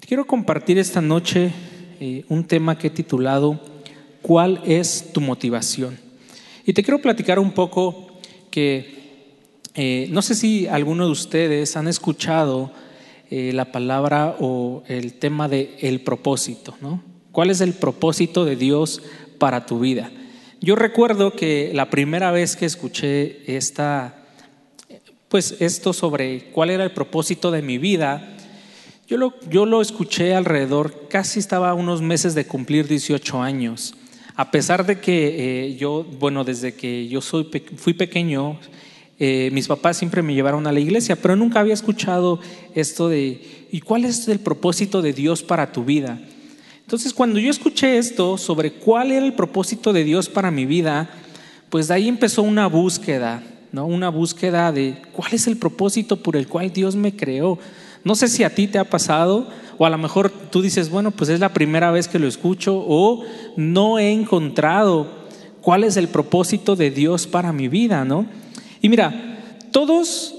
Quiero compartir esta noche un tema que he titulado ¿Cuál es tu motivación? Y te quiero platicar un poco que no sé si alguno de ustedes han escuchado la palabra o el tema de el propósito, ¿no? ¿Cuál es el propósito de Dios para tu vida? Yo recuerdo que la primera vez que escuché esto sobre cuál era el propósito de mi vida, yo lo escuché alrededor, casi estaba a unos meses de cumplir 18 años. A pesar de que desde que fui pequeño, mis papás siempre me llevaron a la iglesia, pero nunca había escuchado esto de ¿y cuál es el propósito de Dios para tu vida? Entonces, cuando yo escuché esto sobre cuál era el propósito de Dios para mi vida, pues de ahí empezó una búsqueda, ¿no? Una búsqueda de cuál es el propósito por el cual Dios me creó. No sé si a ti te ha pasado, o a lo mejor tú dices, bueno, pues es la primera vez que lo escucho, o no he encontrado cuál es el propósito de Dios para mi vida, ¿no? Y mira, todos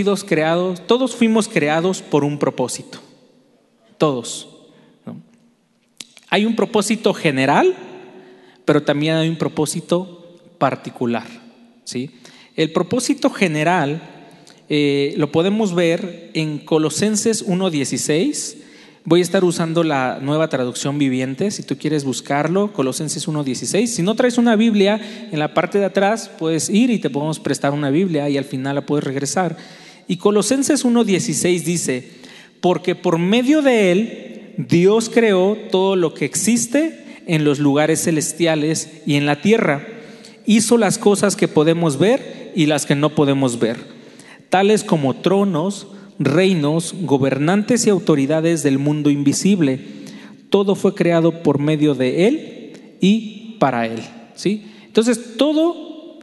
fuimos creados por un propósito, todos, ¿no? Hay un propósito general, pero también hay un propósito particular, ¿sí? El propósito general lo podemos ver en Colosenses 1:16. Voy a estar usando la Nueva Traducción Viviente, si tú quieres buscarlo, Colosenses 1:16. Si no traes una Biblia, en la parte de atrás puedes ir y te podemos prestar una Biblia y al final la puedes regresar. Y Colosenses 1:16 dice: porque por medio de Él Dios creó todo lo que existe en los lugares celestiales y en la tierra. Hizo las cosas que podemos ver y las que no podemos ver, tales como tronos, reinos, gobernantes y autoridades del mundo invisible. Todo fue creado por medio de Él y para Él, ¿sí? Entonces todo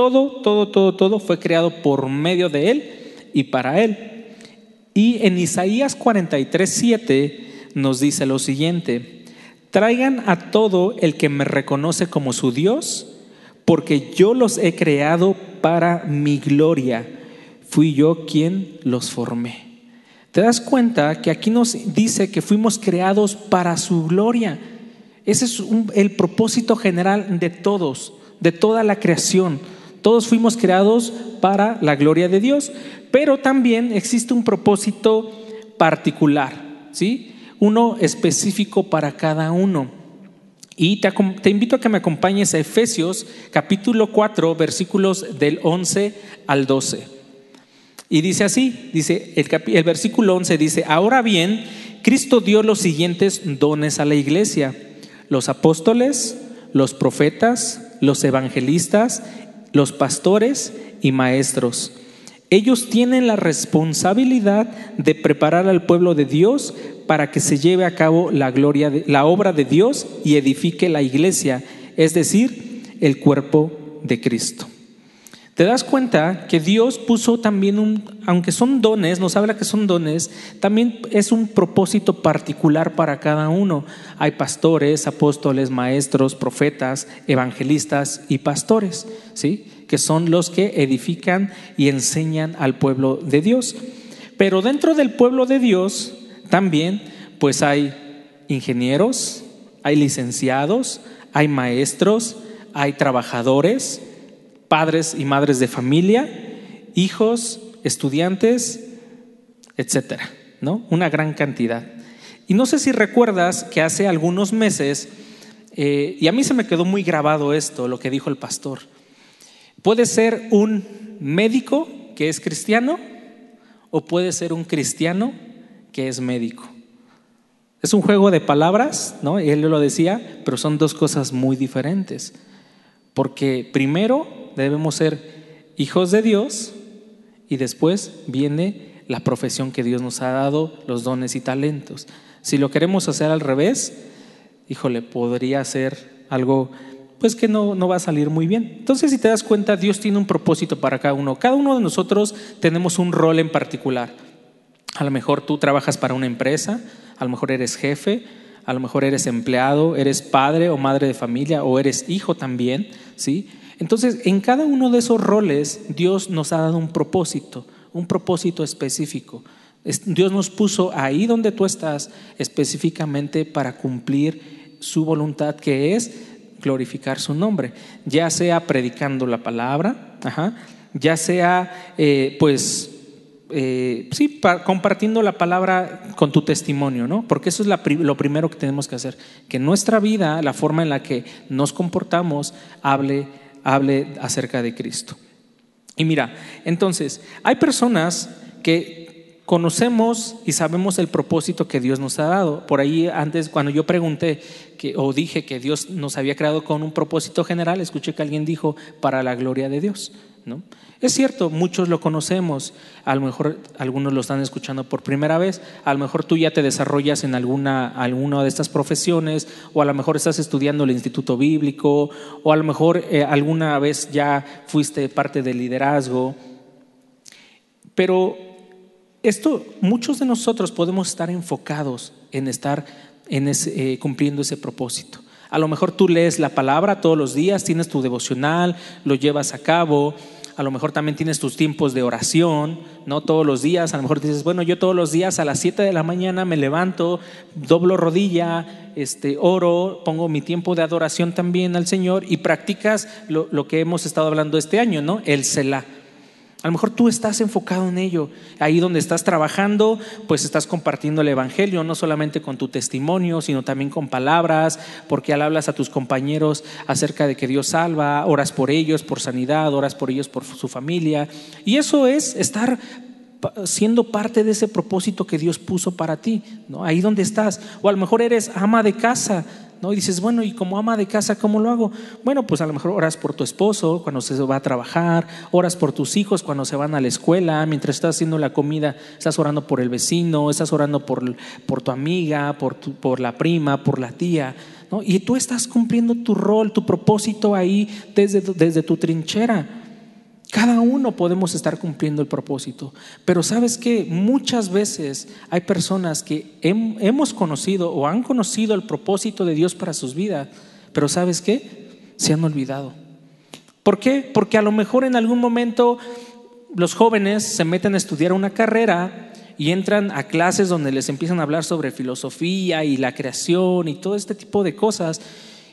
fue creado por medio de Él y para Él. Y en Isaías 43:7 nos dice lo siguiente: traigan a todo el que me reconoce como su Dios, porque yo los he creado para mi gloria. Fui yo quien los formé. ¿Te das cuenta que aquí nos dice que fuimos creados para su gloria? Ese es el propósito general de todos, de toda la creación. Todos fuimos creados para la gloria de Dios, pero también existe un propósito particular, ¿sí? Uno específico para cada uno. Y te invito a que me acompañes a Efesios capítulo 4, versículos del 11 al 12. Y dice así, el versículo 11 dice: ahora bien, Cristo dio los siguientes dones a la iglesia: los apóstoles, los profetas, los evangelistas, los pastores y maestros. Ellos tienen la responsabilidad de preparar al pueblo de Dios para que se lleve a cabo la obra de Dios y edifique la iglesia, es decir, el cuerpo de Cristo. ¿Te das cuenta que Dios puso también aunque son dones, nos habla que son dones, también es un propósito particular para cada uno? Hay pastores, apóstoles, maestros, profetas, evangelistas y pastores, ¿sí? Que son los que edifican y enseñan al pueblo de Dios. Pero dentro del pueblo de Dios también pues hay ingenieros, hay licenciados, hay maestros, hay trabajadores, padres y madres de familia, hijos, estudiantes, etcétera, ¿no? Una gran cantidad. Y no sé si recuerdas que hace algunos meses, y a mí se me quedó muy grabado esto, lo que dijo el pastor. Puede ser un médico que es cristiano o puede ser un cristiano que es médico. Es un juego de palabras, ¿no? Él lo decía, pero son dos cosas muy diferentes. Porque primero debemos ser hijos de Dios y después viene la profesión que Dios nos ha dado, los dones y talentos. Si lo queremos hacer al revés, podría ser algo pues que no va a salir muy bien. Entonces, si te das cuenta, Dios tiene un propósito para cada uno. Cada uno de nosotros tenemos un rol en particular. A lo mejor tú trabajas para una empresa, a lo mejor eres jefe, a lo mejor eres empleado, eres padre o madre de familia o eres hijo también, ¿sí? Entonces, en cada uno de esos roles Dios nos ha dado un propósito específico. Dios nos puso ahí donde tú estás específicamente para cumplir su voluntad, que es glorificar su nombre, ya sea predicando la palabra, ya sea compartiendo la palabra con tu testimonio, ¿no? Porque eso es lo primero que tenemos que hacer, que nuestra vida, la forma en la que nos comportamos, hable acerca de Cristo. Y mira, entonces, hay personas que conocemos y sabemos el propósito que Dios nos ha dado. Por ahí antes, cuando yo pregunté o dije que Dios nos había creado con un propósito general, escuché que alguien dijo para la gloria de Dios, ¿no? Es cierto, muchos lo conocemos, a lo mejor algunos lo están escuchando por primera vez, a lo mejor tú ya te desarrollas en alguna de estas profesiones, o a lo mejor estás estudiando el instituto bíblico, o a lo mejor alguna vez ya fuiste parte del liderazgo, pero muchos de nosotros podemos estar enfocados en estar cumpliendo ese propósito. A lo mejor tú lees la palabra todos los días, tienes tu devocional, lo llevas a cabo. A lo mejor también tienes tus tiempos de oración, ¿no? Todos los días, a lo mejor dices, bueno, yo todos los días a las 7 de la mañana me levanto, doblo rodilla, oro, pongo mi tiempo de adoración también al Señor, y practicas lo que hemos estado hablando este año, ¿no? El Selah. A lo mejor tú estás enfocado en ello. Ahí donde estás trabajando, pues estás compartiendo el evangelio, no solamente con tu testimonio, sino también con palabras, porque hablas a tus compañeros acerca de que Dios salva, oras por ellos, por sanidad, oras por ellos, por su familia. Y eso es estar siendo parte de ese propósito que Dios puso para ti, ¿no? Ahí donde estás. O a lo mejor eres ama de casa, ¿no? Y dices, bueno, y como ama de casa, ¿cómo lo hago? Bueno, pues a lo mejor oras por tu esposo cuando se va a trabajar, oras por tus hijos cuando se van a la escuela, mientras estás haciendo la comida, estás orando por el vecino, estás orando por tu amiga, por la prima, por la tía, ¿no? Y tú estás cumpliendo tu rol, tu propósito ahí desde tu trinchera. Cada uno podemos estar cumpliendo el propósito, pero ¿sabes qué? Muchas veces hay personas que hemos conocido o han conocido el propósito de Dios para sus vidas, pero ¿sabes qué? Se han olvidado. ¿Por qué? Porque a lo mejor en algún momento los jóvenes se meten a estudiar una carrera y entran a clases donde les empiezan a hablar sobre filosofía y la creación y todo este tipo de cosas,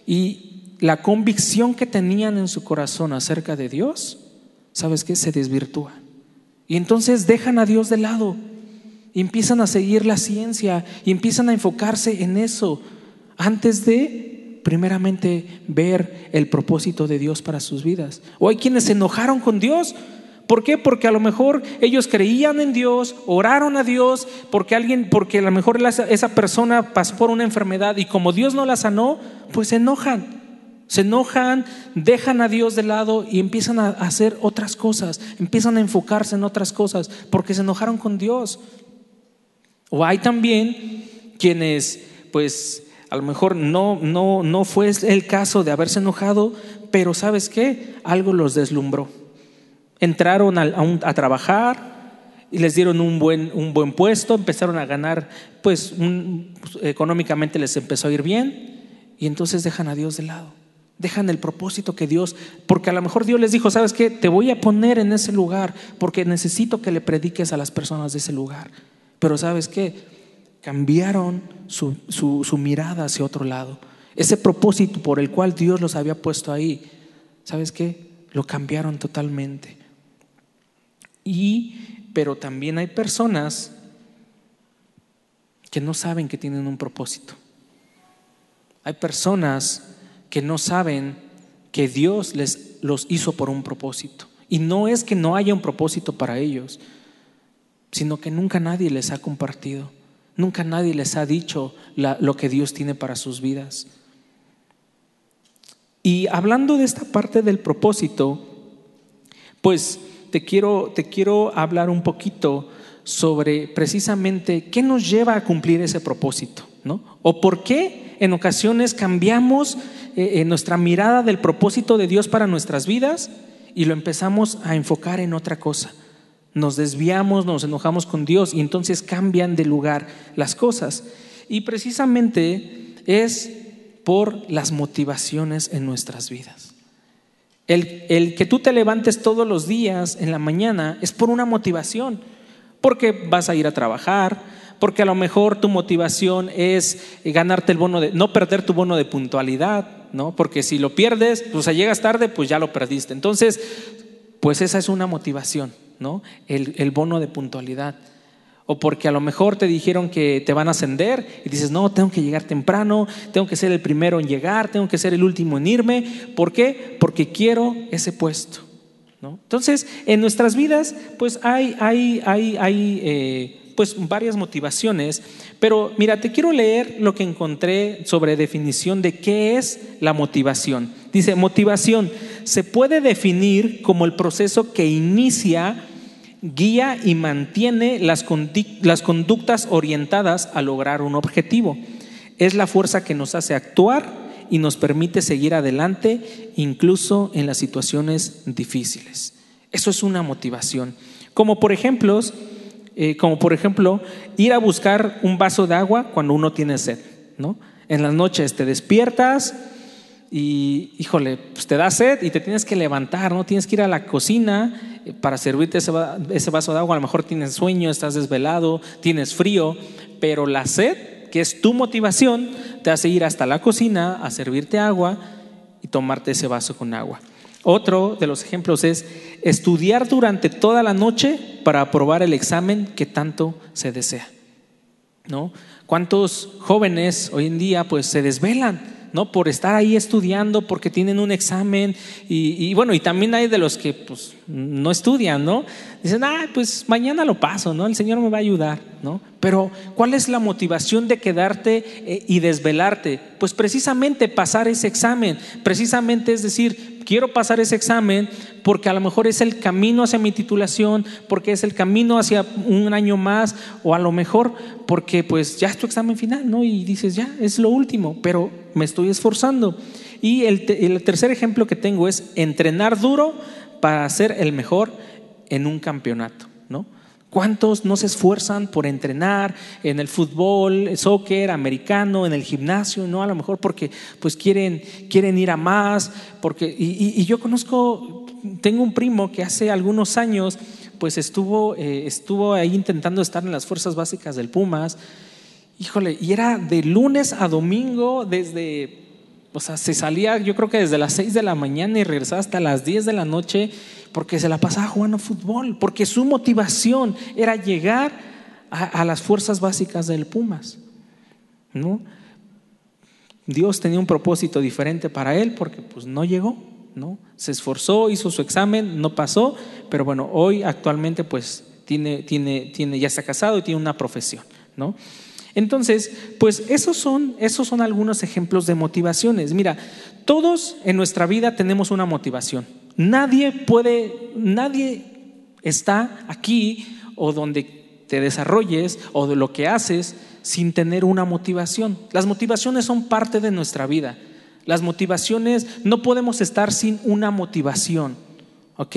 y la convicción que tenían en su corazón acerca de Dios, ¿sabes qué? Se desvirtúa. Y entonces dejan a Dios de lado y empiezan a seguir la ciencia y empiezan a enfocarse en eso antes de primeramente ver el propósito de Dios para sus vidas. O hay quienes se enojaron con Dios. ¿Por qué? Porque a lo mejor ellos creían en Dios, oraron a Dios, porque a lo mejor esa persona pasó por una enfermedad y como Dios no la sanó, pues se enojan, dejan a Dios de lado y empiezan a hacer otras cosas, empiezan a enfocarse en otras cosas porque se enojaron con Dios. O hay también quienes, pues a lo mejor no fue el caso de haberse enojado, pero ¿sabes qué? Algo los deslumbró. Entraron a trabajar y les dieron un buen puesto, empezaron a ganar, pues económicamente les empezó a ir bien, y entonces dejan a Dios de lado. Dejan el propósito que Dios, porque a lo mejor Dios les dijo, ¿sabes qué? Te voy a poner en ese lugar porque necesito que le prediques a las personas de ese lugar. Pero ¿sabes qué? Cambiaron su mirada hacia otro lado. Ese propósito por el cual Dios los había puesto ahí, ¿sabes qué? Lo cambiaron totalmente. Pero también hay personas que no saben que tienen un propósito. Hay personas que no saben que Dios los hizo por un propósito. Y no es que no haya un propósito para ellos, sino que nunca nadie les ha compartido, nunca nadie les ha dicho lo que Dios tiene para sus vidas. Y hablando de esta parte del propósito, pues te quiero hablar un poquito sobre precisamente qué nos lleva a cumplir ese propósito, ¿no? O por qué en ocasiones cambiamos nuestra mirada del propósito de Dios para nuestras vidas y lo empezamos a enfocar en otra cosa. Nos desviamos, nos enojamos con Dios y entonces cambian de lugar las cosas. Y precisamente es por las motivaciones en nuestras vidas. El que tú te levantes todos los días en la mañana es por una motivación. porque vas a ir a trabajar, porque a lo mejor tu motivación es ganarte el bono no perder tu bono de puntualidad, ¿no? Porque si lo pierdes, pues si llegas tarde, pues ya lo perdiste. Entonces, pues esa es una motivación, ¿no? El bono de puntualidad. O porque a lo mejor te dijeron que te van a ascender y dices, no, tengo que llegar temprano, tengo que ser el primero en llegar, tengo que ser el último en irme. ¿Por qué? Porque quiero ese puesto, ¿no? Entonces, en nuestras vidas, pues hay pues varias motivaciones, pero mira, te quiero leer lo que encontré sobre definición de qué es la motivación. Dice, motivación se puede definir como el proceso que inicia, guía y mantiene las conductas orientadas a lograr un objetivo. Es la fuerza que nos hace actuar y nos permite seguir adelante incluso en las situaciones difíciles. Eso es una motivación. Como por ejemplo, ir a buscar un vaso de agua cuando uno tiene sed, ¿no? En las noches te despiertas y, híjole, pues te da sed y te tienes que levantar, ¿no? Tienes que ir a la cocina para servirte ese vaso de agua. A lo mejor tienes sueño, estás desvelado, tienes frío, pero la sed, que es tu motivación, te hace ir hasta la cocina a servirte agua y tomarte ese vaso con agua. Otro de los ejemplos es estudiar durante toda la noche para aprobar el examen que tanto se desea, ¿no? ¿Cuántos jóvenes hoy en día pues se desvelan, ¿no? Por estar ahí estudiando porque tienen un examen y bueno, y también hay de los que pues no estudian, ¿no? Dicen, pues mañana lo paso, ¿no? El Señor me va a ayudar, ¿no? Pero ¿cuál es la motivación de quedarte y desvelarte? Pues precisamente pasar ese examen, precisamente es decir, quiero pasar ese examen porque a lo mejor es el camino hacia mi titulación, porque es el camino hacia un año más, o a lo mejor porque pues ya es tu examen final, ¿no? Y dices, ya, es lo último, pero me estoy esforzando. Y el tercer ejemplo que tengo es entrenar duro para ser el mejor en un campeonato, ¿no? ¿Cuántos no se esfuerzan por entrenar en el fútbol, el soccer, americano, en el gimnasio, ¿no? A lo mejor porque pues quieren ir a más, y yo tengo un primo que hace algunos años pues estuvo ahí intentando estar en las fuerzas básicas del Pumas. Híjole, y era de lunes a domingo se salía yo creo que desde las 6 de la mañana y regresaba hasta las 10 de la noche porque se la pasaba jugando fútbol, porque su motivación era llegar a las fuerzas básicas del Pumas, ¿no? Dios tenía un propósito diferente para él porque pues no llegó, ¿no? Se esforzó, hizo su examen, no pasó, pero bueno, hoy actualmente pues ya está casado y tiene una profesión, ¿no? Entonces, pues esos son algunos ejemplos de motivaciones. Mira, todos en nuestra vida tenemos una motivación. Nadie está aquí o donde te desarrolles o de lo que haces sin tener una motivación. Las motivaciones son parte de nuestra vida. Las motivaciones, no podemos estar sin una motivación, ¿ok?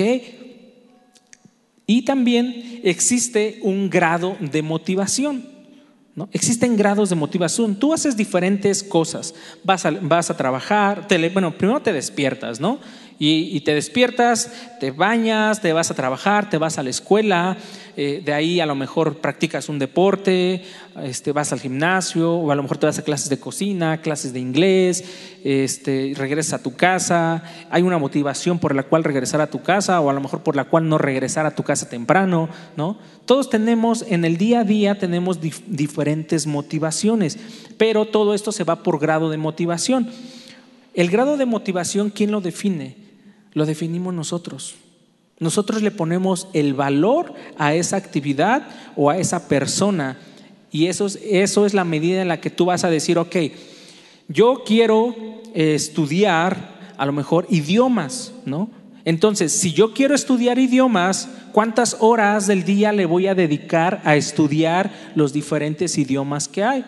Y también existe un grado de motivación, ¿no? Existen grados de motivación. Tú haces diferentes cosas. Vas a trabajar, primero te despiertas, ¿no? Y te despiertas, te bañas, te vas a trabajar, te vas a la escuela, de ahí a lo mejor practicas un deporte, vas al gimnasio, o a lo mejor te vas a clases de cocina, clases de inglés, regresas a tu casa. Hay una motivación por la cual regresar a tu casa, o a lo mejor por la cual no regresar a tu casa temprano, ¿no? Todos tenemos en el día a día tenemos diferentes motivaciones, pero todo esto se va por grado de motivación. El grado de motivación, ¿quién lo define? Lo definimos nosotros. Nosotros le ponemos el valor a esa actividad o a esa persona, y eso es la medida en la que tú vas a decir, ok, yo quiero estudiar a lo mejor idiomas, ¿no? Entonces, si yo quiero estudiar idiomas, ¿cuántas horas del día le voy a dedicar a estudiar los diferentes idiomas que hay?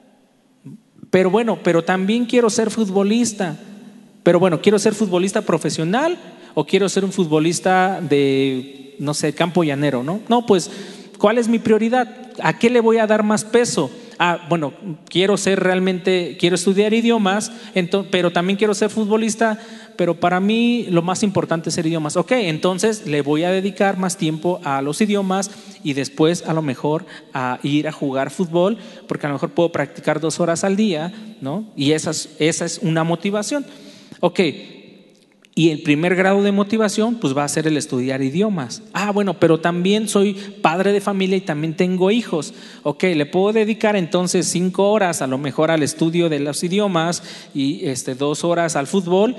Pero también quiero ser futbolista. Pero bueno, ¿quiero ser futbolista profesional o quiero ser un futbolista de, no sé, campo llanero, ¿no? No, pues, ¿cuál es mi prioridad? ¿A qué le voy a dar más peso? Bueno, quiero estudiar idiomas, pero también quiero ser futbolista, pero para mí lo más importante es ser idiomas. Ok, entonces le voy a dedicar más tiempo a los idiomas y después a lo mejor a ir a jugar fútbol, porque a lo mejor puedo practicar 2 horas al día, ¿no? Y esa es una motivación. Ok. Y el primer grado de motivación pues va a ser el estudiar idiomas. Bueno, pero también soy padre de familia y también tengo hijos. Ok, le puedo dedicar entonces 5 horas a lo mejor al estudio de los idiomas y 2 horas al fútbol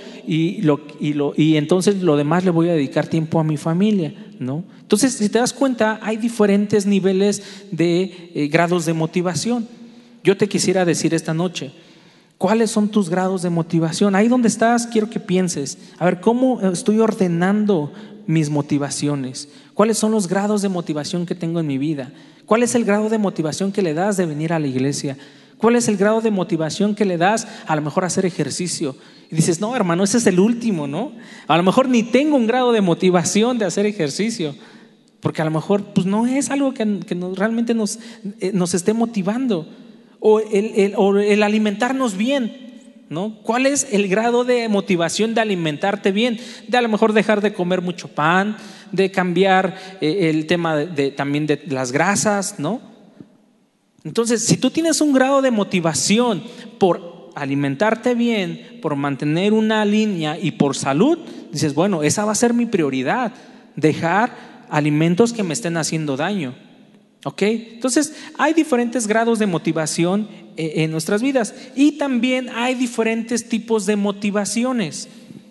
y entonces lo demás le voy a dedicar tiempo a mi familia, ¿no? Entonces, si te das cuenta, hay diferentes niveles de grados de motivación. Yo te quisiera decir esta noche, ¿cuáles son tus grados de motivación? Ahí donde estás, quiero que pienses, a ver, ¿cómo estoy ordenando mis motivaciones? ¿Cuáles son los grados de motivación que tengo en mi vida? ¿Cuál es el grado de motivación que le das de venir a la iglesia? ¿Cuál es el grado de motivación que le das a lo mejor a hacer ejercicio? Y dices, no, hermano, ese es el último, ¿no? A lo mejor ni tengo un grado de motivación de hacer ejercicio, porque a lo mejor pues no es algo que realmente nos esté motivando. O el alimentarnos bien, ¿no? ¿Cuál es el grado de motivación de alimentarte bien? De a lo mejor dejar de comer mucho pan, de cambiar el tema también de las grasas, ¿no? Entonces, si tú tienes un grado de motivación por alimentarte bien, por mantener una línea y por salud, dices, bueno, esa va a ser mi prioridad, dejar alimentos que me estén haciendo daño. ¿Ok? Entonces hay diferentes grados de motivación en nuestras vidas y también hay diferentes tipos de motivaciones.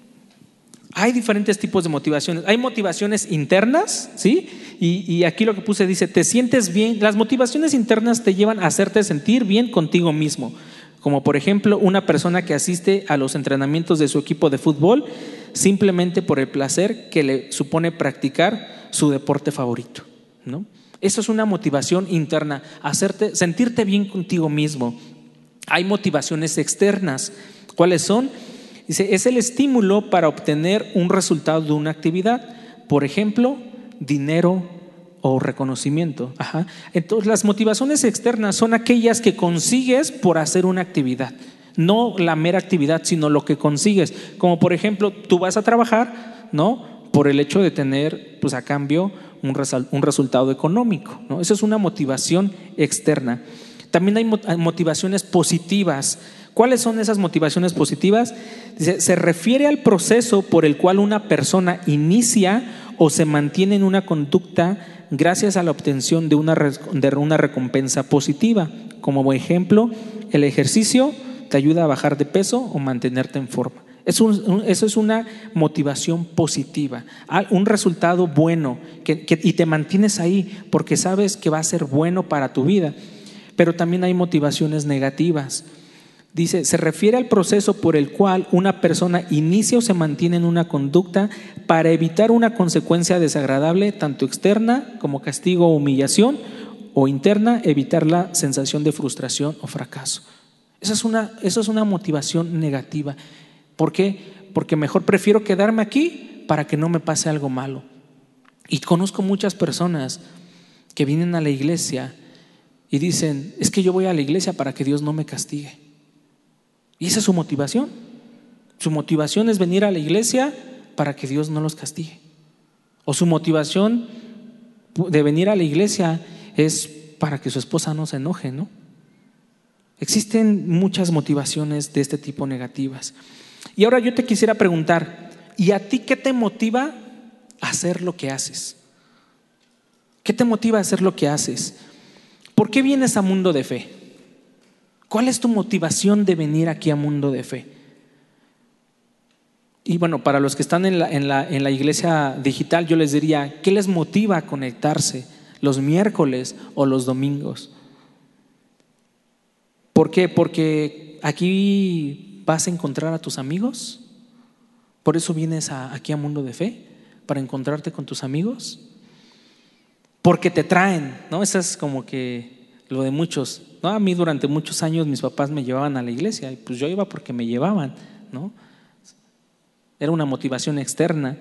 Hay diferentes tipos de motivaciones. Hay motivaciones internas, ¿sí? Y aquí lo que puse dice, te sientes bien. Las motivaciones internas te llevan a hacerte sentir bien contigo mismo. Como por ejemplo una persona que asiste a los entrenamientos de su equipo de fútbol simplemente por el placer que le supone practicar su deporte favorito, ¿no? Eso es una motivación interna, sentirte bien contigo mismo. Hay motivaciones externas. ¿Cuáles son? Dice, es el estímulo para obtener un resultado de una actividad. Por ejemplo, dinero o reconocimiento. Entonces, las motivaciones externas son aquellas que consigues por hacer una actividad. No la mera actividad, sino lo que consigues. Como por ejemplo, tú vas a trabajar, ¿no? Por el hecho de tener, pues a cambio, un resultado económico, ¿no? Eso es una motivación externa. También hay motivaciones positivas. ¿Cuáles son esas motivaciones positivas? Dice, se refiere al proceso por el cual una persona inicia o se mantiene en una conducta gracias a la obtención de una recompensa positiva. Como por ejemplo, el ejercicio te ayuda a bajar de peso o mantenerte en forma. Eso es una motivación positiva, un resultado bueno y te mantienes ahí porque sabes que va a ser bueno para tu vida. Pero también hay motivaciones negativas. Dice, se refiere al proceso por el cual una persona inicia o se mantiene en una conducta para evitar una consecuencia desagradable, tanto externa como castigo o humillación, o interna, evitar la sensación de frustración o fracaso. Eso es una motivación negativa. ¿Por qué? Porque mejor prefiero quedarme aquí para que no me pase algo malo. Y conozco muchas personas que vienen a la iglesia y dicen, es que yo voy a la iglesia para que Dios no me castigue. Y esa es su motivación. Su motivación es venir a la iglesia para que Dios no los castigue. O su motivación de venir a la iglesia es para que su esposa no se enoje, ¿no? Existen muchas motivaciones de este tipo negativas. Y ahora yo te quisiera preguntar, ¿y a ti qué te motiva a hacer lo que haces? ¿Qué te motiva a hacer lo que haces? ¿Por qué vienes a Mundo de Fe? ¿Cuál es tu motivación de venir aquí a Mundo de Fe? Y bueno, para los que están en la iglesia digital, yo les diría, ¿qué les motiva a conectarse los miércoles o los domingos? ¿Por qué? Porque aquí vas a encontrar a tus amigos. Por eso vienes aquí a Mundo de Fe, para encontrarte con tus amigos. Porque te traen, ¿no? Eso es como que lo de muchos, ¿no? A mí durante muchos años mis papás me llevaban a la iglesia y pues yo iba porque me llevaban, ¿no? Era una motivación externa.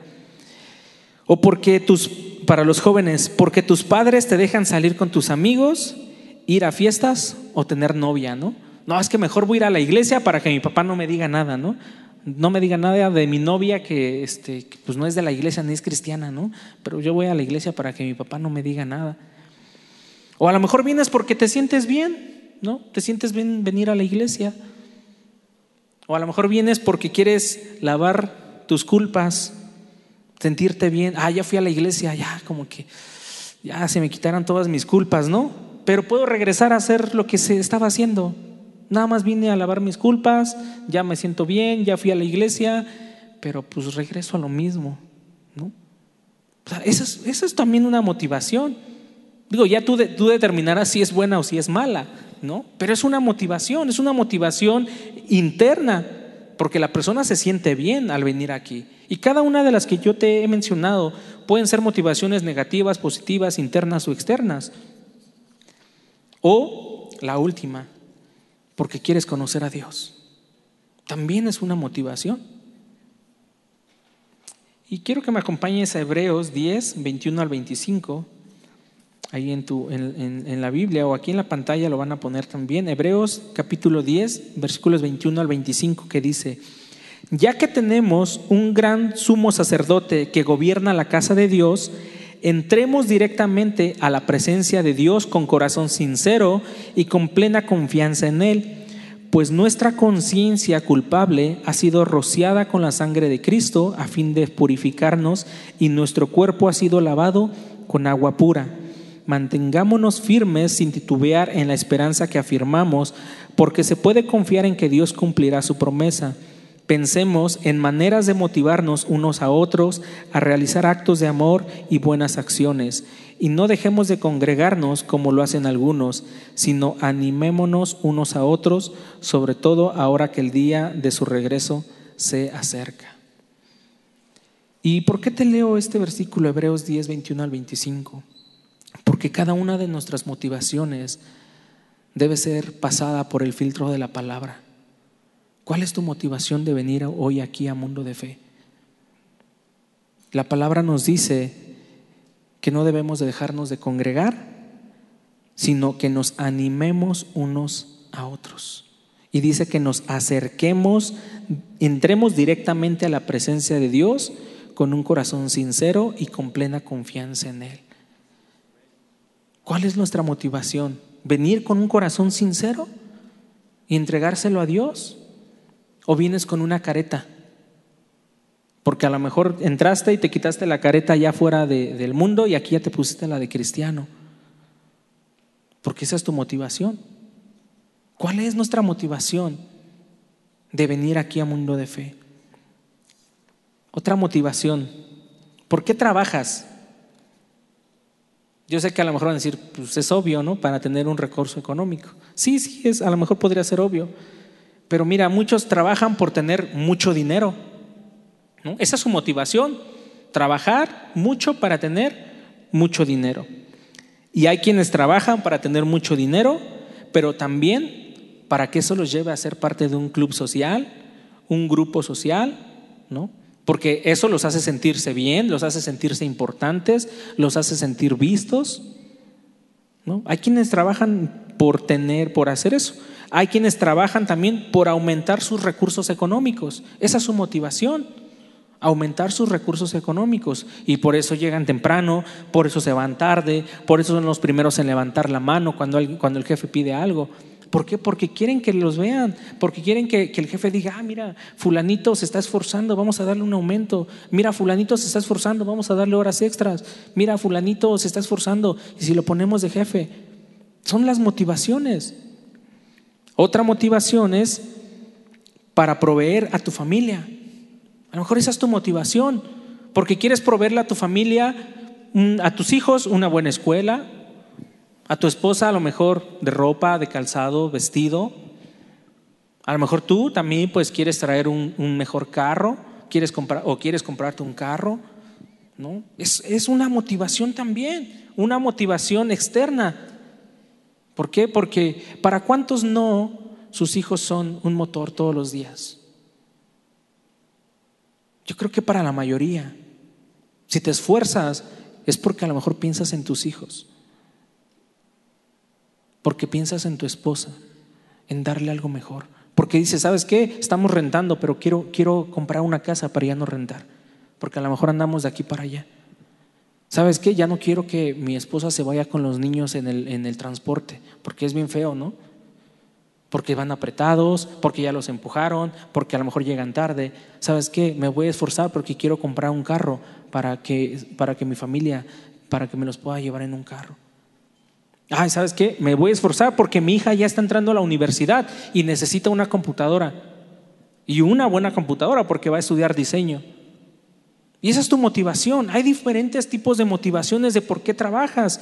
O porque para los jóvenes, porque tus padres te dejan salir con tus amigos ir a fiestas o tener novia, ¿no? No, es que mejor voy a ir a la iglesia para que mi papá no me diga nada, ¿no? No me diga nada de mi novia que pues no es de la iglesia ni es cristiana, ¿no? Pero yo voy a la iglesia para que mi papá no me diga nada. O a lo mejor vienes porque te sientes bien, ¿no? Te sientes bien venir a la iglesia. O a lo mejor vienes porque quieres lavar tus culpas, sentirte bien. Ya fui a la iglesia, ya como que ya se me quitaron todas mis culpas, ¿no? Pero puedo regresar a hacer lo que se estaba haciendo. Nada más vine a lavar mis culpas, ya me siento bien, ya fui a la iglesia, pero pues regreso a lo mismo, ¿no? O sea, eso es también una motivación. Digo, ya tú determinarás si es buena o si es mala, ¿no? Pero es una motivación interna, porque la persona se siente bien al venir aquí. Y cada una de las que yo te he mencionado pueden ser motivaciones negativas, positivas, internas o externas. O la última, porque quieres conocer a Dios. También es una motivación. Y quiero que me acompañes a Hebreos 10, 21 al 25. Ahí en la Biblia o aquí en la pantalla lo van a poner también. Hebreos capítulo 10, versículos 21 al 25, que dice: ya que tenemos un gran sumo sacerdote que gobierna la casa de Dios, entremos directamente a la presencia de Dios con corazón sincero y con plena confianza en Él, pues nuestra conciencia culpable ha sido rociada con la sangre de Cristo a fin de purificarnos, y nuestro cuerpo ha sido lavado con agua pura. Mantengámonos firmes sin titubear en la esperanza que afirmamos, porque se puede confiar en que Dios cumplirá su promesa. Pensemos en maneras de motivarnos unos a otros a realizar actos de amor y buenas acciones, y no dejemos de congregarnos como lo hacen algunos, sino animémonos unos a otros, sobre todo ahora que el día de su regreso se acerca. ¿Y por qué te leo este versículo, Hebreos 10, 21 al 25? Porque cada una de nuestras motivaciones debe ser pasada por el filtro de la palabra. ¿Cuál es tu motivación de venir hoy aquí a Mundo de Fe? La palabra nos dice que no debemos de dejarnos de congregar, sino que nos animemos unos a otros. Y dice que nos acerquemos, entremos directamente a la presencia de Dios con un corazón sincero y con plena confianza en Él. ¿Cuál es nuestra motivación? ¿Venir con un corazón sincero y entregárselo a Dios? ¿O vienes con una careta? Porque a lo mejor entraste y te quitaste la careta ya fuera del mundo y aquí ya te pusiste la de cristiano. Porque esa es tu motivación. ¿Cuál es nuestra motivación de venir aquí a Mundo de Fe? Otra motivación. ¿Por qué trabajas? Yo sé que a lo mejor van a decir, pues es obvio, ¿no? Para tener un recurso económico. Sí, a lo mejor podría ser obvio. Pero mira, muchos trabajan por tener mucho dinero, ¿no? Esa es su motivación, trabajar mucho para tener mucho dinero. Y hay quienes trabajan para tener mucho dinero, pero también para que eso los lleve a ser parte de un club social, un grupo social, ¿no? Porque eso los hace sentirse bien, los hace sentirse importantes, los hace sentir vistos, ¿no? Hay quienes trabajan por hacer eso. Hay quienes trabajan también por aumentar sus recursos económicos. Esa es su motivación, aumentar sus recursos económicos. Y por eso llegan temprano, por eso se van tarde, por eso son los primeros en levantar la mano cuando el jefe pide algo. ¿Por qué? Porque quieren que los vean, porque quieren que el jefe diga, mira, fulanito se está esforzando, vamos a darle un aumento. Mira, fulanito se está esforzando, vamos a darle horas extras. Mira, fulanito se está esforzando y si lo ponemos de jefe. Son las motivaciones. Otra motivación es para proveer a tu familia. A lo mejor esa es tu motivación, porque quieres proveerle a tu familia, a tus hijos una buena escuela, a tu esposa a lo mejor de ropa, de calzado, vestido. A lo mejor tú también pues quieres traer un mejor carro, quieres comprarte un carro, ¿no? Es una motivación también, una motivación externa. ¿Por qué? Porque ¿para cuántos no sus hijos son un motor todos los días? Yo creo que para la mayoría. Si te esfuerzas es porque a lo mejor piensas en tus hijos. Porque piensas en tu esposa, en darle algo mejor. Porque dices, ¿sabes qué? Estamos rentando, pero quiero comprar una casa para ya no rentar. Porque a lo mejor andamos de aquí para allá. ¿Sabes qué? Ya no quiero que mi esposa se vaya con los niños en el transporte, porque es bien feo, ¿no? Porque van apretados, porque ya los empujaron, porque a lo mejor llegan tarde. ¿Sabes qué? Me voy a esforzar porque quiero comprar un carro para que mi familia, para que me los pueda llevar en un carro. Ay, ¿sabes qué? Me voy a esforzar porque mi hija ya está entrando a la universidad y necesita una computadora. Y una buena computadora porque va a estudiar diseño. Y esa es tu motivación. Hay diferentes tipos de motivaciones de por qué trabajas.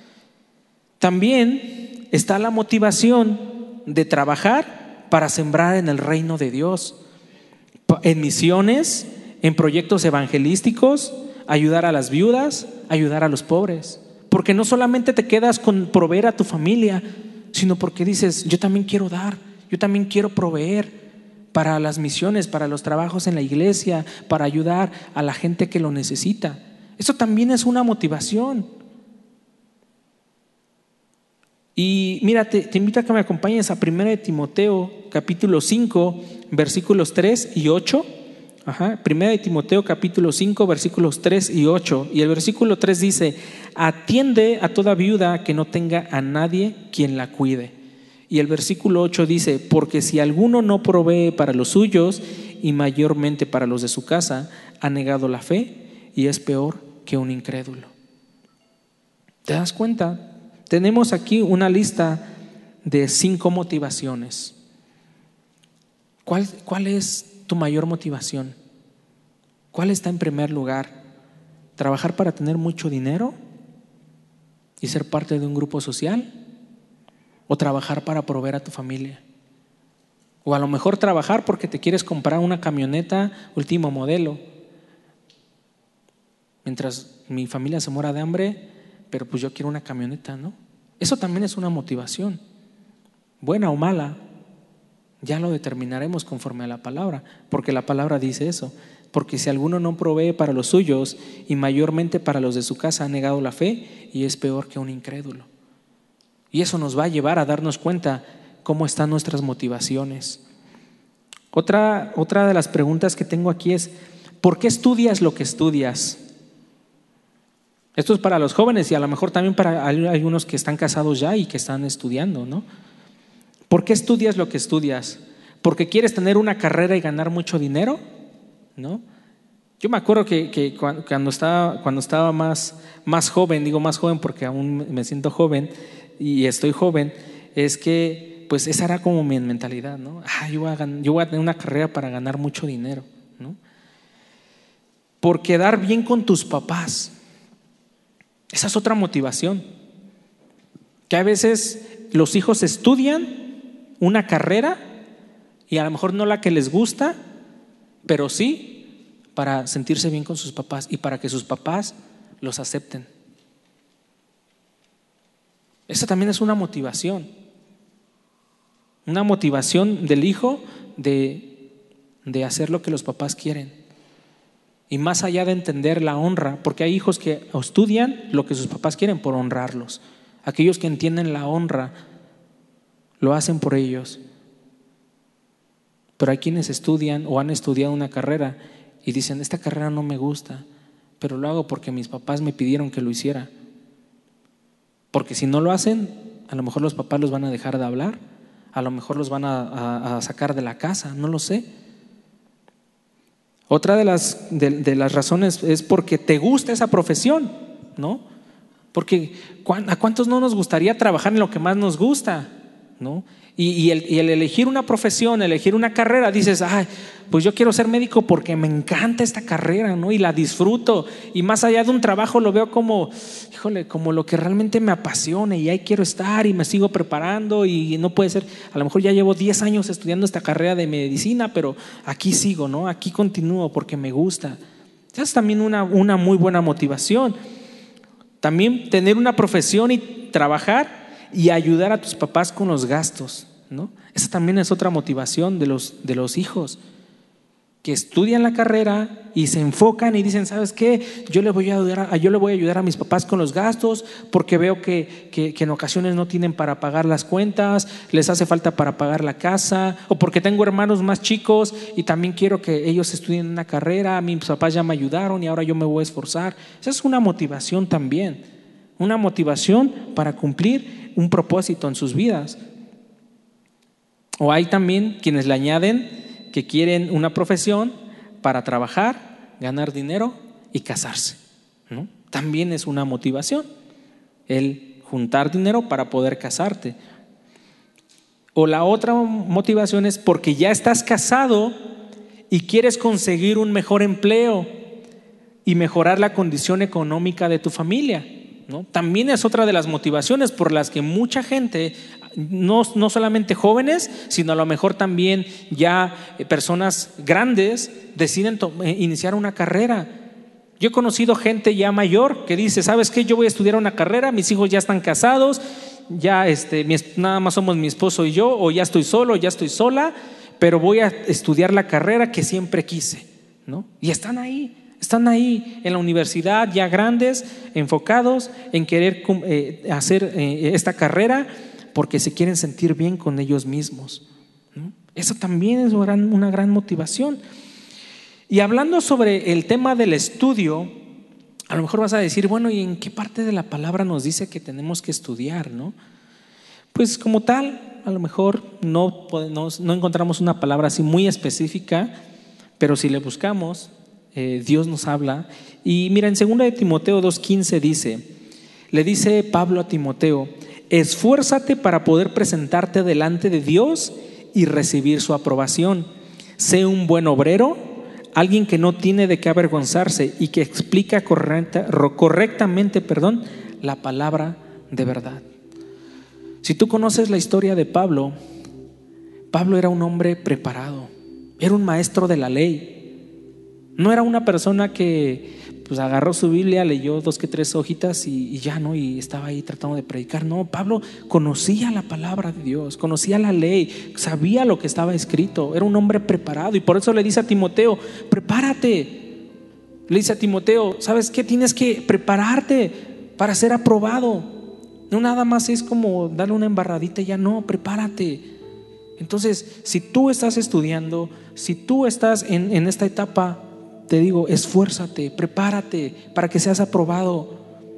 También está la motivación de trabajar para sembrar en el reino de Dios, en misiones, en proyectos evangelísticos, ayudar a las viudas, ayudar a los pobres. Porque no solamente te quedas con proveer a tu familia, sino porque dices, yo también quiero dar, yo también quiero proveer para las misiones, para los trabajos en la iglesia, para ayudar a la gente que lo necesita. Eso también es una motivación. Y mira, te invito a que me acompañes a 1 de Timoteo capítulo 5 versículos 3 y 8. 1 de Timoteo capítulo 5 versículos 3 y 8. Y el versículo 3 dice: atiende a toda viuda que no tenga a nadie quien la cuide. Y el versículo 8 dice: porque si alguno no provee para los suyos y mayormente para los de su casa, ha negado la fe y es peor que un incrédulo. ¿Te das cuenta? Tenemos aquí una lista de 5 motivaciones. ¿Cuál es tu mayor motivación? ¿Cuál está en primer lugar? ¿Trabajar para tener mucho dinero y ser parte de un grupo social? ¿O trabajar para proveer a tu familia? O a lo mejor trabajar porque te quieres comprar una camioneta último modelo, mientras mi familia se muera de hambre, pero pues yo quiero una camioneta, ¿no? Eso también es una motivación, buena o mala. Ya lo determinaremos conforme a la palabra, porque la palabra dice eso. Porque si alguno no provee para los suyos y mayormente para los de su casa, ha negado la fe y es peor que un incrédulo. Y eso nos va a llevar a darnos cuenta cómo están nuestras motivaciones. Otra de las preguntas que tengo aquí es: ¿por qué estudias lo que estudias? Esto es para los jóvenes y a lo mejor también para algunos que están casados ya y que están estudiando, ¿no? ¿Por qué estudias lo que estudias? ¿Porque quieres tener una carrera y ganar mucho dinero? ¿No? Yo me acuerdo que cuando estaba más joven, digo más joven porque aún me siento joven y estoy joven, es que pues esa era como mi mentalidad, ¿no? Yo voy a tener una carrera para ganar mucho dinero, ¿no? Por quedar bien con tus papás. Esa es otra motivación. Que a veces los hijos estudian una carrera y a lo mejor no la que les gusta, pero sí para sentirse bien con sus papás y para que sus papás los acepten. Esa también es una motivación del hijo de hacer lo que los papás quieren. Y más allá de entender la honra, porque hay hijos que estudian lo que sus papás quieren por honrarlos. Aquellos que entienden la honra lo hacen por ellos. Pero hay quienes estudian o han estudiado una carrera y dicen: esta carrera no me gusta, pero lo hago porque mis papás me pidieron que lo hiciera. Porque si no lo hacen, a lo mejor los papás los van a dejar de hablar, a lo mejor los van a sacar de la casa, no lo sé. Otra de las razones es porque te gusta esa profesión, ¿no? Porque ¿a cuántos no nos gustaría trabajar en lo que más nos gusta, ¿no? Y el elegir una profesión, elegir una carrera, dices: pues yo quiero ser médico porque me encanta esta carrera, ¿no? Y la disfruto, y más allá de un trabajo lo veo como, como lo que realmente me apasiona, y ahí quiero estar y me sigo preparando. Y no puede ser, a lo mejor ya llevo 10 años estudiando esta carrera de medicina, pero aquí sigo, ¿no? Aquí continúo porque me gusta. Esa es también una muy buena motivación. También tener una profesión y trabajar y ayudar a tus papás con los gastos, ¿no? Esa también es otra motivación de los hijos. que estudian la carrera y se enfocan y dicen, ¿sabes qué? Yo le voy a ayudar a mis papás con los gastos porque veo que en ocasiones no tienen para pagar las cuentas, les hace falta para pagar la casa, o porque tengo hermanos más chicos y también quiero que ellos estudien una carrera, mis papás ya me ayudaron y ahora yo me voy a esforzar. Esa es una motivación también, una motivación para cumplir un propósito en sus vidas. O hay también quienes le añaden que quieren una profesión para trabajar, ganar dinero y casarse, ¿no? También es una motivación, el juntar dinero para poder casarte. O la otra motivación es porque ya estás casado y quieres conseguir un mejor empleo y mejorar la condición económica de tu familia, ¿no? También es otra de las motivaciones por las que mucha gente, no solamente jóvenes, sino a lo mejor también ya personas grandes, deciden iniciar una carrera. Yo he conocido gente ya mayor que dice, ¿sabes qué? Yo voy a estudiar una carrera, mis hijos ya están casados, ya nada más somos mi esposo y yo, o ya estoy solo, ya estoy sola, pero voy a estudiar la carrera que siempre quise, ¿no? Y están ahí en la universidad ya grandes, enfocados en querer hacer esta carrera porque se quieren sentir bien con ellos mismos, ¿no? Eso también es una gran motivación. Y hablando sobre el tema del estudio, a lo mejor vas a decir, bueno, ¿y en qué parte de la palabra nos dice que tenemos que estudiar, no? Pues como tal, a lo mejor no encontramos una palabra así muy específica, pero si le buscamos, Dios nos habla. Y mira, en 2 de Timoteo 2:15 le dice Pablo a Timoteo, esfuérzate para poder presentarte delante de Dios y recibir su aprobación. Sé un buen obrero, alguien que no tiene de qué avergonzarse y que explica correctamente la palabra de verdad. Si tú conoces la historia de Pablo, Pablo era un hombre preparado, era un maestro de la ley. No era una persona que pues agarró su Biblia, leyó 2 que 3 hojitas y ya, ¿no? Y estaba ahí tratando de predicar. No, Pablo conocía la palabra de Dios, conocía la ley, sabía lo que estaba escrito, era un hombre preparado. Y por eso le dice a Timoteo, prepárate. Le dice a Timoteo, ¿sabes qué? Tienes que prepararte para ser aprobado. No nada más es como darle una embarradita y ya, no, prepárate. Entonces, si tú estás estudiando, si tú estás en esta etapa, te digo, esfuérzate, prepárate para que seas aprobado.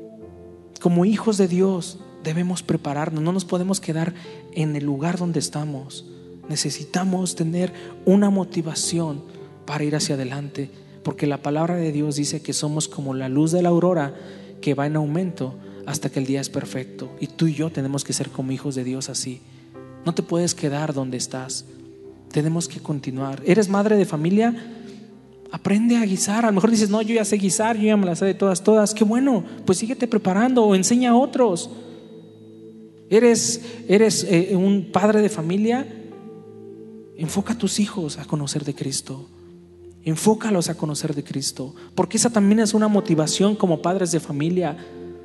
Como hijos de Dios debemos prepararnos, no nos podemos quedar en el lugar donde estamos. Necesitamos tener una motivación para ir hacia adelante, porque la palabra de Dios dice que somos como la luz de la aurora que va en aumento hasta que el día es perfecto. Y tú y yo tenemos que ser como hijos de Dios así. No te puedes quedar donde estás, tenemos que continuar. ¿Eres madre de familia? Aprende a guisar. A lo mejor dices, no, yo ya sé guisar, yo ya me la sé de todas. Qué bueno, pues síguete preparando o enseña a otros. ¿Eres un padre de familia? Enfoca a tus hijos a conocer de Cristo. Enfócalos a conocer de Cristo, porque esa también es una motivación como padres de familia.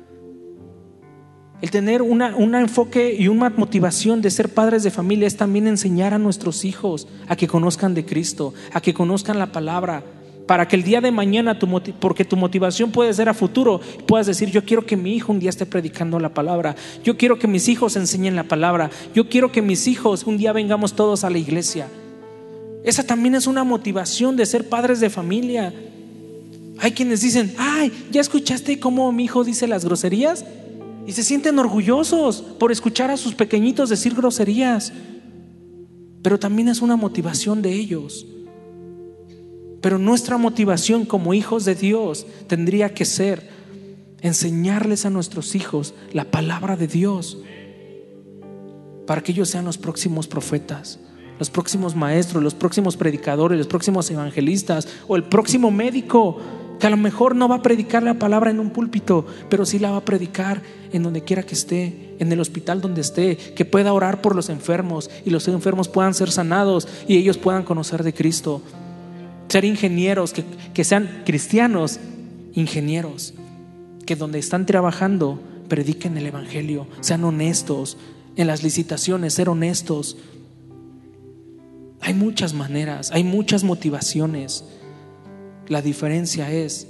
El tener un enfoque y una motivación de ser padres de familia es también enseñar a nuestros hijos a que conozcan de Cristo, a que conozcan la palabra, para que el día de mañana, porque tu motivación puede ser a futuro, puedas decir, yo quiero que mi hijo un día esté predicando la palabra, yo quiero que mis hijos enseñen la palabra, yo quiero que mis hijos un día vengamos todos a la iglesia. Esa también es una motivación de ser padres de familia. Hay quienes dicen, ay, ¿ya escuchaste cómo mi hijo dice las groserías? Y se sienten orgullosos por escuchar a sus pequeñitos decir groserías. Pero también es una motivación de ellos. Pero nuestra motivación como hijos de Dios tendría que ser enseñarles a nuestros hijos la palabra de Dios, para que ellos sean los próximos profetas, los próximos maestros, los próximos predicadores, los próximos evangelistas, o el próximo médico, que a lo mejor no va a predicar la palabra en un púlpito, pero sí la va a predicar en donde quiera que esté, en el hospital donde esté, que pueda orar por los enfermos y los enfermos puedan ser sanados y ellos puedan conocer de Cristo. Ser ingenieros, que sean cristianos ingenieros, que donde están trabajando prediquen el evangelio, sean honestos en las licitaciones, ser honestos. Hay muchas maneras, hay muchas motivaciones. La diferencia es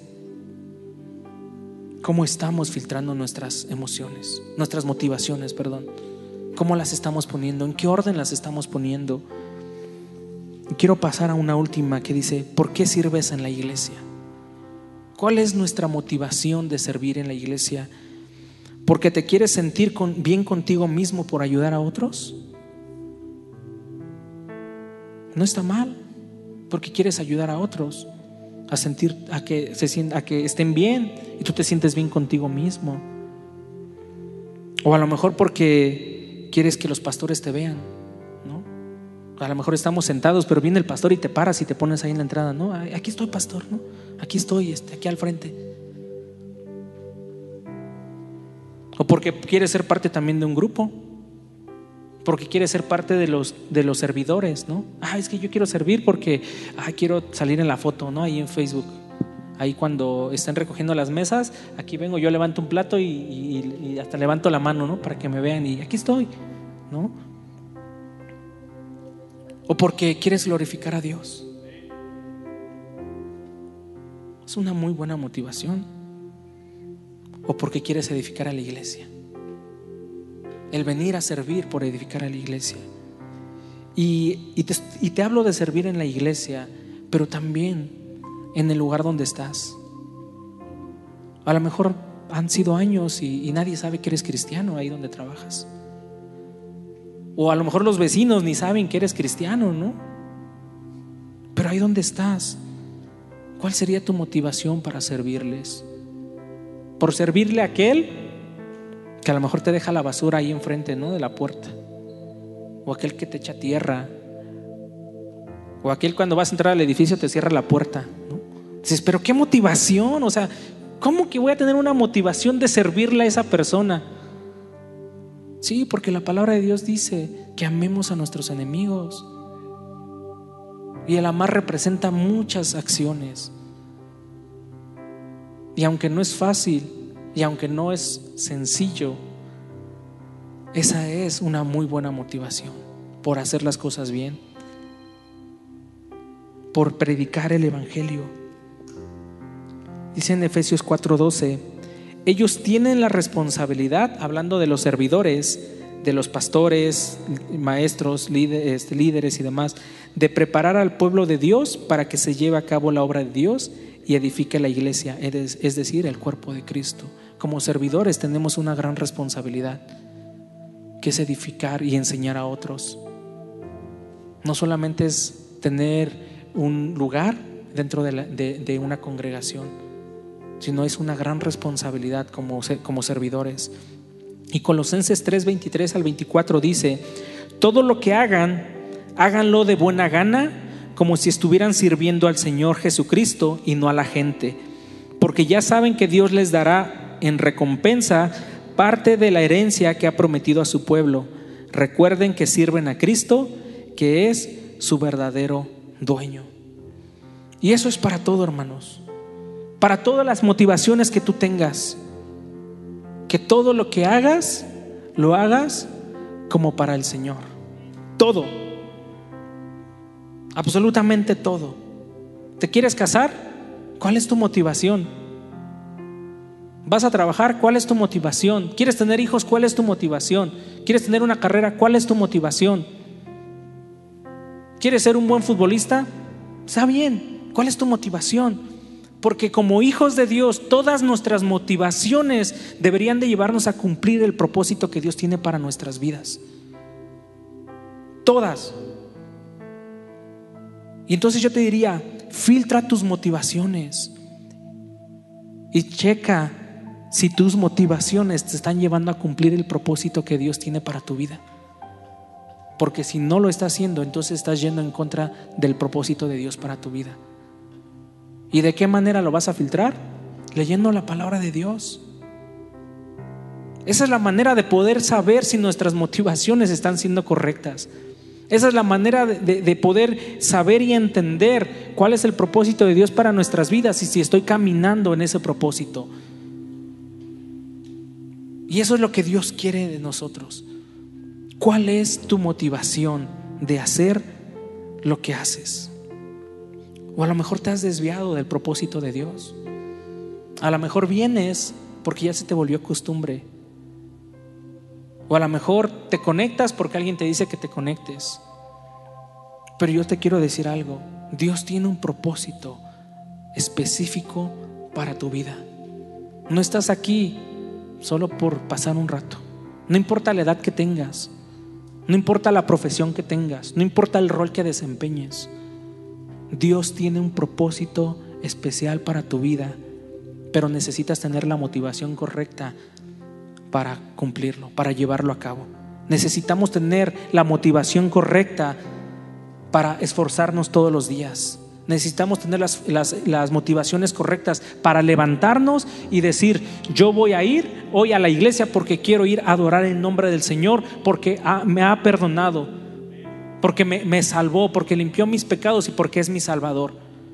cómo estamos filtrando nuestras emociones, nuestras motivaciones, perdón. ¿Cómo las estamos poniendo? ¿En qué orden las estamos poniendo? Y quiero pasar a una última que dice: ¿por qué sirves en la iglesia? ¿Cuál es nuestra motivación de servir en la iglesia? ¿Porque te quieres sentir bien contigo mismo por ayudar a otros? No está mal, porque quieres ayudar a otros a que estén bien y tú te sientes bien contigo mismo. O a lo mejor porque quieres que los pastores te vean, ¿no? A lo mejor estamos sentados, pero viene el pastor y te paras y te pones ahí en la entrada, ¿no? Aquí estoy, pastor, ¿no? Aquí estoy, aquí al frente. O porque quieres ser parte también de un grupo, porque quieres ser parte de los servidores, ¿no? Es que yo quiero servir porque quiero salir en la foto, ¿no? Ahí en Facebook. Ahí cuando están recogiendo las mesas, aquí vengo, yo levanto un plato y hasta levanto la mano, ¿no? Para que me vean y aquí estoy, ¿no? O porque quieres glorificar a Dios. Es una muy buena motivación. O porque quieres edificar a la iglesia. El venir a servir por edificar a la iglesia. Y te hablo de servir en la iglesia, pero también en el lugar donde estás. A lo mejor han sido años y nadie sabe que eres cristiano ahí donde trabajas. O a lo mejor los vecinos ni saben que eres cristiano, ¿no? Pero ahí donde estás, ¿cuál sería tu motivación para servirles? ¿Por servirle a aquel que a lo mejor te deja la basura ahí enfrente, ¿no? De la puerta? O aquel que te echa tierra, o aquel cuando vas a entrar al edificio te cierra la puerta, ¿no? Dices, pero qué motivación, o sea, ¿cómo que voy a tener una motivación de servirle a esa persona? Sí, porque la palabra de Dios dice que amemos a nuestros enemigos, y el amar representa muchas acciones. Y aunque no es fácil, y aunque no es sencillo, esa es una muy buena motivación por hacer las cosas bien, por predicar el evangelio. Dice en Efesios 4:12: ellos tienen la responsabilidad, hablando de los servidores, de los pastores, maestros, líderes y demás, de preparar al pueblo de Dios para que se lleve a cabo la obra de Dios y edifique la iglesia, es decir, el cuerpo de Cristo. Como servidores tenemos una gran responsabilidad, que es edificar y enseñar a otros. No solamente es tener un lugar dentro de una congregación, sino es una gran responsabilidad como servidores. Y Colosenses 3:23 al 24 dice: todo lo que hagan, háganlo de buena gana, como si estuvieran sirviendo al Señor Jesucristo y no a la gente, porque ya saben que Dios les dará en recompensa parte de la herencia que ha prometido a su pueblo. Recuerden que sirven a Cristo, que es su verdadero dueño. Y eso es para todo, hermanos, para todas las motivaciones que tú tengas, que todo lo que hagas, lo hagas como para el Señor. Todo, absolutamente todo. ¿Te quieres casar? ¿Cuál es tu motivación? ¿Vas a trabajar? ¿Cuál es tu motivación? ¿Quieres tener hijos? ¿Cuál es tu motivación? ¿Quieres tener una carrera? ¿Cuál es tu motivación? ¿Quieres ser un buen futbolista? Está bien. ¿Cuál es tu motivación? Porque como hijos de Dios, todas nuestras motivaciones deberían de llevarnos a cumplir el propósito que Dios tiene para nuestras vidas. Todas. Y entonces yo te diría, filtra tus motivaciones y checa si tus motivaciones te están llevando a cumplir el propósito que Dios tiene para tu vida. Porque si no lo estás haciendo, entonces estás yendo en contra del propósito de Dios para tu vida. ¿Y de qué manera lo vas a filtrar? Leyendo la palabra de Dios. Esa es la manera de poder saber si nuestras motivaciones están siendo correctas. Esa es la manera de poder saber y entender cuál es el propósito de Dios para nuestras vidas y si estoy caminando en ese propósito. Y eso es lo que Dios quiere de nosotros. ¿Cuál es tu motivación de hacer lo que haces. O a lo mejor te has desviado del propósito de Dios. A lo mejor vienes porque ya se te volvió costumbre. O a lo mejor te conectas porque alguien te dice que te conectes. Pero yo te quiero decir algo. Dios tiene un propósito específico para tu vida. No estás aquí solo por pasar un rato. No importa la edad que tengas, no importa la profesión que tengas, no importa el rol que desempeñes. Dios tiene un propósito especial para tu vida, pero necesitas tener la motivación correcta para cumplirlo, para llevarlo a cabo. Necesitamos tener la motivación correcta para esforzarnos todos los días. Necesitamos tener las motivaciones correctas para levantarnos y decir: yo voy a ir hoy a la iglesia porque quiero ir a adorar en nombre del Señor, porque me ha perdonado, porque me salvó, porque limpió mis pecados y porque es mi Salvador.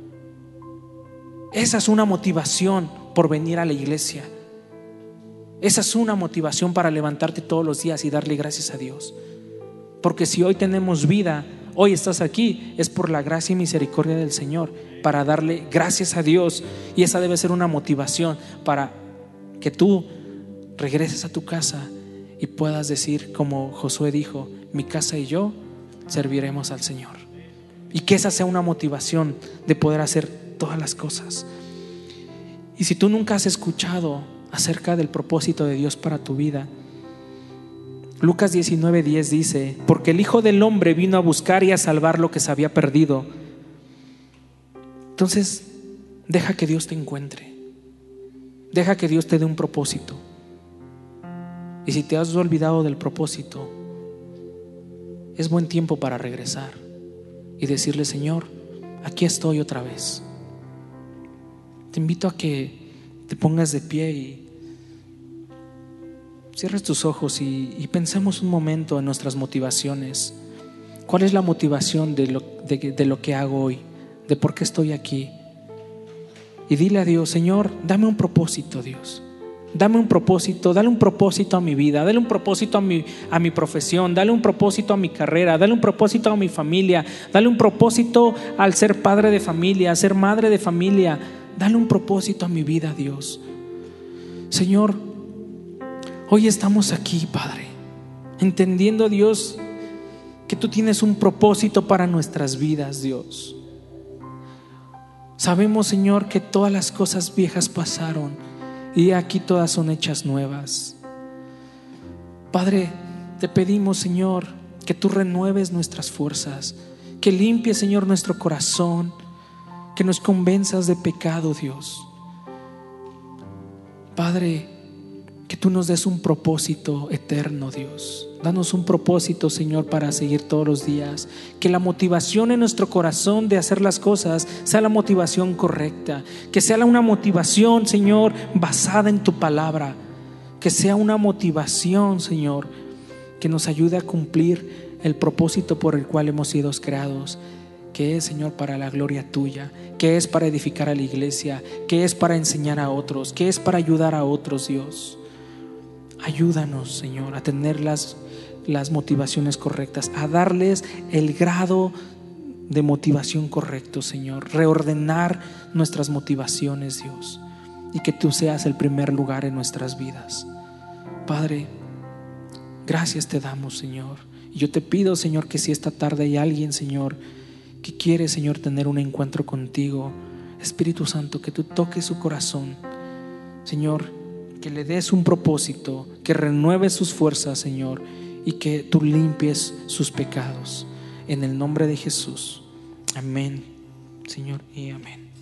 Esa es una motivación por venir a la iglesia. Esa es una motivación para levantarte todos los días y darle gracias a Dios. Porque si hoy tenemos vida, hoy estás aquí, es por la gracia y misericordia del Señor, para darle gracias a Dios. Y esa debe ser una motivación para que tú regreses a tu casa y puedas decir, como Josué dijo: mi casa y yo serviremos al Señor. Y que esa sea una motivación de poder hacer todas las cosas. Y si tú nunca has escuchado acerca del propósito de Dios para tu vida, Lucas 19:10 dice: porque el Hijo del Hombre vino a buscar y a salvar lo que se había perdido. Entonces, deja que Dios te encuentre. Deja que Dios te dé un propósito. Y si te has olvidado del propósito, es buen tiempo para regresar y decirle: Señor, aquí estoy otra vez. Te invito a que te pongas de pie y cierres tus ojos y pensemos un momento en nuestras motivaciones. ¿Cuál es la motivación de lo que hago hoy? ¿De por qué estoy aquí? Y dile a Dios: Señor, dame un propósito, Dios. Dame un propósito, dale un propósito a mi vida, dale un propósito a mi profesión, dale un propósito a mi carrera, dale un propósito a mi familia, dale un propósito al ser padre de familia, a ser madre de familia. Dale un propósito a mi vida, Dios. Señor, hoy estamos aquí, Padre, entendiendo, Dios, que tú tienes un propósito para nuestras vidas, Dios. Sabemos, Señor, que todas las cosas viejas pasaron y aquí todas son hechas nuevas. Padre, te pedimos, Señor, que tú renueves nuestras fuerzas, que limpies, Señor, nuestro corazón, que nos convenzas de pecado, Dios. Padre, que tú nos des un propósito eterno, Dios. Danos un propósito, Señor, para seguir todos los días. Que la motivación en nuestro corazón de hacer las cosas sea la motivación correcta. Que sea una motivación, Señor, basada en tu palabra. Que sea una motivación, Señor, que nos ayude a cumplir el propósito por el cual hemos sido creados. Que es, Señor, para la gloria tuya, que es para edificar a la iglesia, que es para enseñar a otros, que es para ayudar a otros, Dios. Ayúdanos, Señor, a tener las motivaciones correctas, a darles el grado de motivación correcto, Señor. Reordenar nuestras motivaciones, Dios, y que tú seas el primer lugar en nuestras vidas. Padre, gracias te damos, Señor. Y yo te pido, Señor, que si esta tarde hay alguien, Señor, que quiere, Señor, tener un encuentro contigo, Espíritu Santo, que tú toques su corazón, Señor, que le des un propósito, que renueves sus fuerzas, Señor, y que tú limpies sus pecados. En el nombre de Jesús. Amén, Señor, y amén.